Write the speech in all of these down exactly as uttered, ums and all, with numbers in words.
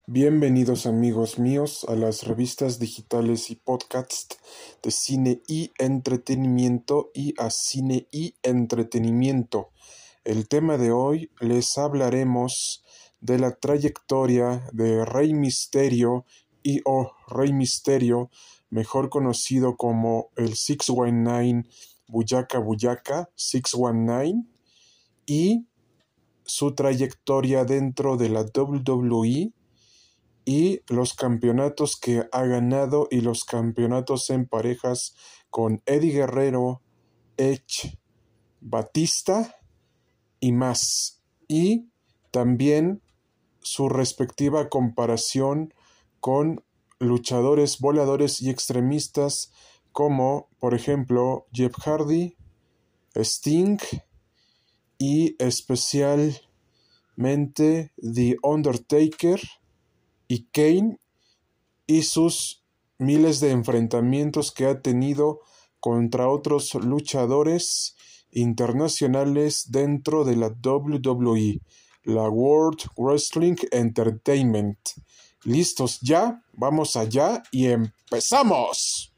Bienvenidos amigos míos a las revistas digitales y podcasts de cine y entretenimiento y a cine y entretenimiento. El tema de hoy les hablaremos de la trayectoria de Rey Mysterio y o Rey Mysterio, mejor conocido como el seiscientos diecinueve Buyaka Buyaka seiscientos diecinueve, y su trayectoria dentro de la W W E y los campeonatos que ha ganado y los campeonatos en parejas con Eddie Guerrero, Edge, Batista y más. Y también su respectiva comparación con luchadores voladores y extremistas como, por ejemplo, Jeff Hardy, Sting y especialmente The Undertaker y Kane, y sus miles de enfrentamientos que ha tenido contra otros luchadores internacionales dentro de la W W E, la World Wrestling Entertainment. ¿Listos ya? Vamos allá y empezamos.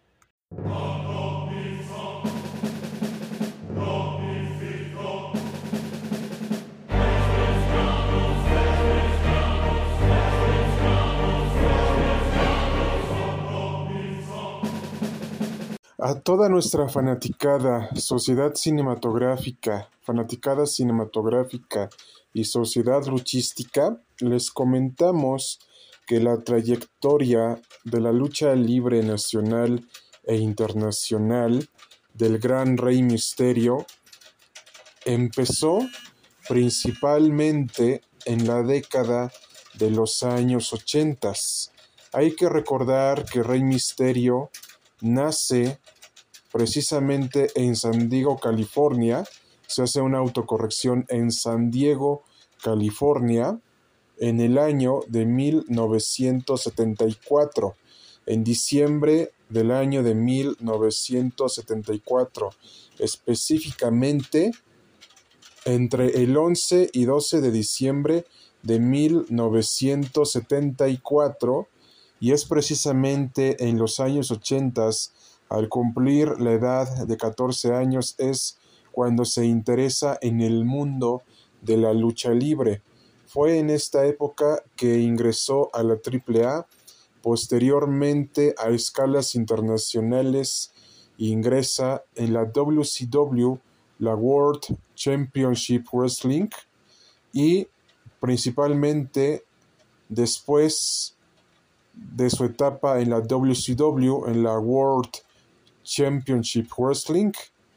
A toda nuestra fanaticada sociedad cinematográfica, fanaticada cinematográfica y sociedad luchística, les comentamos que la trayectoria de la lucha libre nacional e internacional del gran Rey Mysterio empezó principalmente en la década de los años ochentas. Hay que recordar que Rey Mysterio nace precisamente en San Diego, California. Se hace una autocorrección en San Diego, California, en el año de mil novecientos setenta y cuatro, en diciembre del año de mil novecientos setenta y cuatro, específicamente entre el once y doce de diciembre de mil novecientos setenta y cuatro, y es precisamente en los años ochentas, al cumplir la edad de catorce años, es cuando se interesa en el mundo de la lucha libre. Fue en esta época que ingresó a la triple A, posteriormente a escalas internacionales ingresa en la W C W, la World Championship Wrestling, y principalmente después de su etapa en la W C W, en la World Championship Wrestling,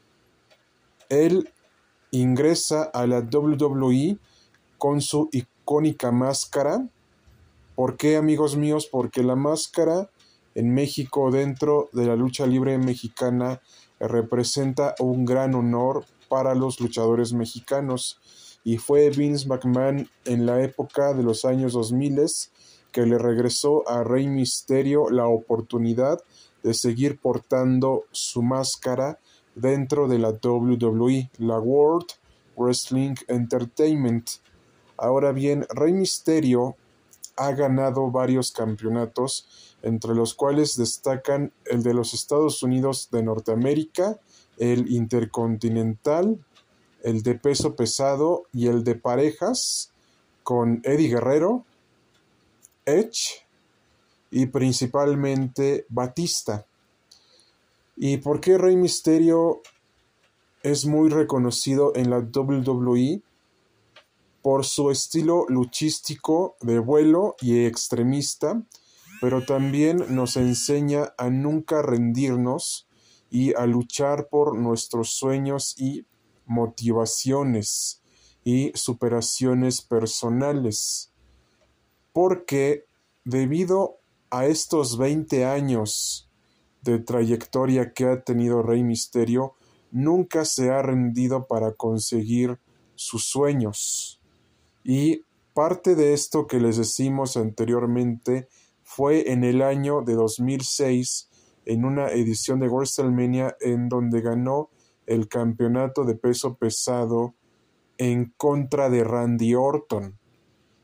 él ingresa a la W W E con su icónica máscara. ¿Por qué, amigos míos? Porque la máscara en México, dentro de la lucha libre mexicana, representa un gran honor para los luchadores mexicanos, y fue Vince McMahon en la época de los años dos mil que le regresó a Rey Mysterio la oportunidad de seguir portando su máscara dentro de la W W E, la World Wrestling Entertainment. Ahora bien, Rey Mysterio ha ganado varios campeonatos, entre los cuales destacan el de los Estados Unidos de Norteamérica, el Intercontinental, el de peso pesado y el de parejas con Eddie Guerrero, Edge y principalmente Batista. ¿Y por qué Rey Mysterio es muy reconocido en la W W E? Por su estilo luchístico de vuelo y extremista, pero también nos enseña a nunca rendirnos y a luchar por nuestros sueños y motivaciones y superaciones personales. Porque debido a estos veinte años de trayectoria que ha tenido Rey Mysterio, nunca se ha rendido para conseguir sus sueños. Y parte de esto que les decimos anteriormente fue en el año de dos mil seis, en una edición de WrestleMania en donde ganó el campeonato de peso pesado en contra de Randy Orton.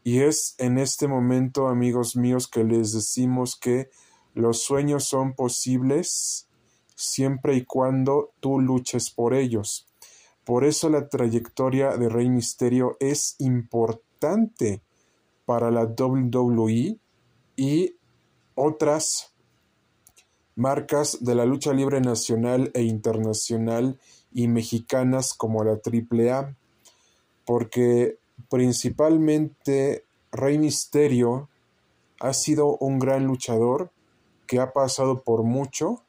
Y es en este momento, amigos míos, que les decimos que los sueños son posibles siempre y cuando tú luches por ellos. Por eso la trayectoria de Rey Mysterio es importante para la doble u doble u E y otras marcas de la lucha libre nacional e internacional y mexicanas como la triple A, porque principalmente Rey Mysterio ha sido un gran luchador que ha pasado por mucho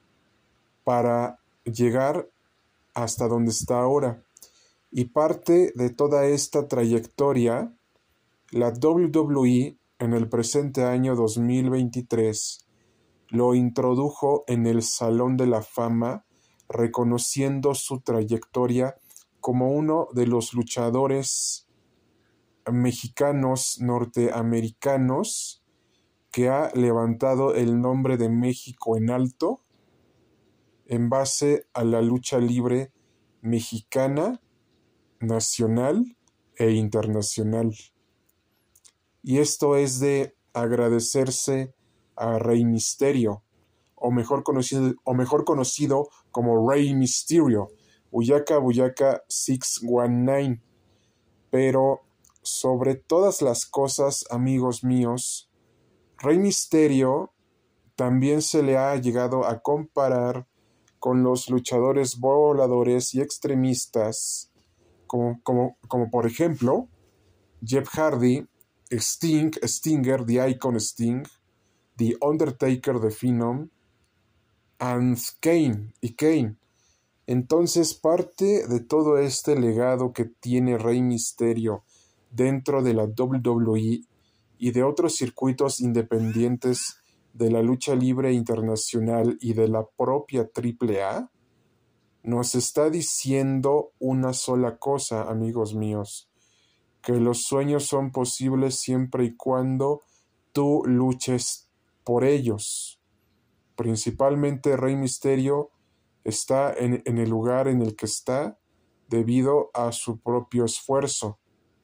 para llegar hasta donde está ahora. Y parte de toda esta trayectoria, la doble u doble u E en el presente año dos mil veintitrés lo introdujo en el Salón de la Fama, reconociendo su trayectoria como uno de los luchadores mexicanos norteamericanos que ha levantado el nombre de México en alto en base a la lucha libre mexicana, nacional e internacional. Y esto es de agradecerse a Rey Mysterio, o mejor conocido, o mejor conocido como Rey Mysterio, Buyaka Buyaka seiscientos diecinueve. Pero sobre todas las cosas, amigos míos, Rey Mysterio también se le ha llegado a comparar con los luchadores voladores y extremistas, como, como, como por ejemplo Jeff Hardy, Sting, Stinger, The Icon Sting, The Undertaker, The Phenom, and Kane, y Kane. Entonces, parte de todo este legado que tiene Rey Mysterio dentro de la doble u doble u E y de otros circuitos independientes de la lucha libre internacional y de la propia triple A, nos está diciendo una sola cosa, amigos míos, que los sueños son posibles siempre y cuando tú luches por ellos. Principalmente Rey Mysterio está en, en el lugar en el que está debido a su propio esfuerzo.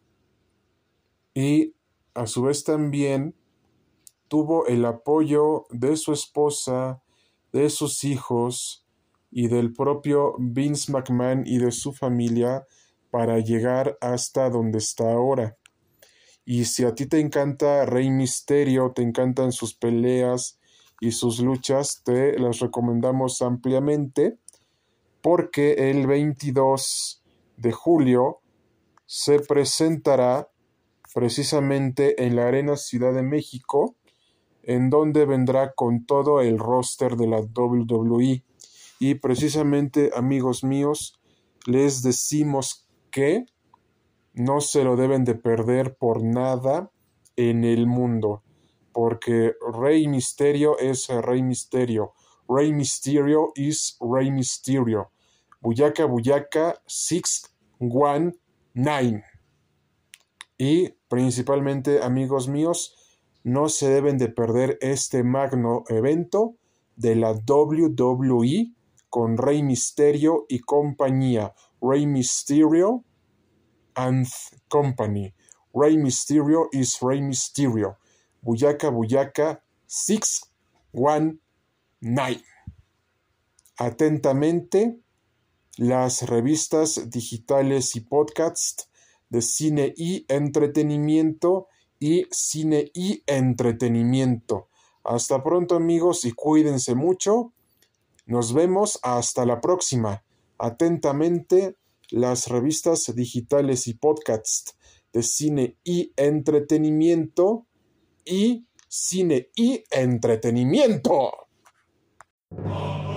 Y a su vez también tuvo el apoyo de su esposa, de sus hijos y del propio Vince McMahon y de su familia para llegar hasta donde está ahora. Y si a ti te encanta Rey Mysterio, te encantan sus peleas y sus luchas, te las recomendamos ampliamente, porque el veintidós de julio se presentará precisamente en la Arena Ciudad de México, en donde vendrá con todo el roster de la doble u doble u E. Y precisamente, amigos míos, les decimos que no se lo deben de perder por nada en el mundo, porque Rey Mysterio es Rey Mysterio. Rey Mysterio is Rey Mysterio. Buyaka Buyaka seiscientos diecinueve. Y principalmente, amigos míos, no se deben de perder este magno evento de la doble u doble u E con Rey Mysterio y compañía. Rey Mysterio and Company. Rey Mysterio is Rey Mysterio. Buyaka Buyaka seiscientos diecinueve. Atentamente, las revistas digitales y podcasts de cine y entretenimiento y cine y entretenimiento. Hasta pronto, amigos, y cuídense mucho. Nos vemos hasta la próxima. Atentamente, las revistas digitales y podcasts de cine y entretenimiento y cine y entretenimiento.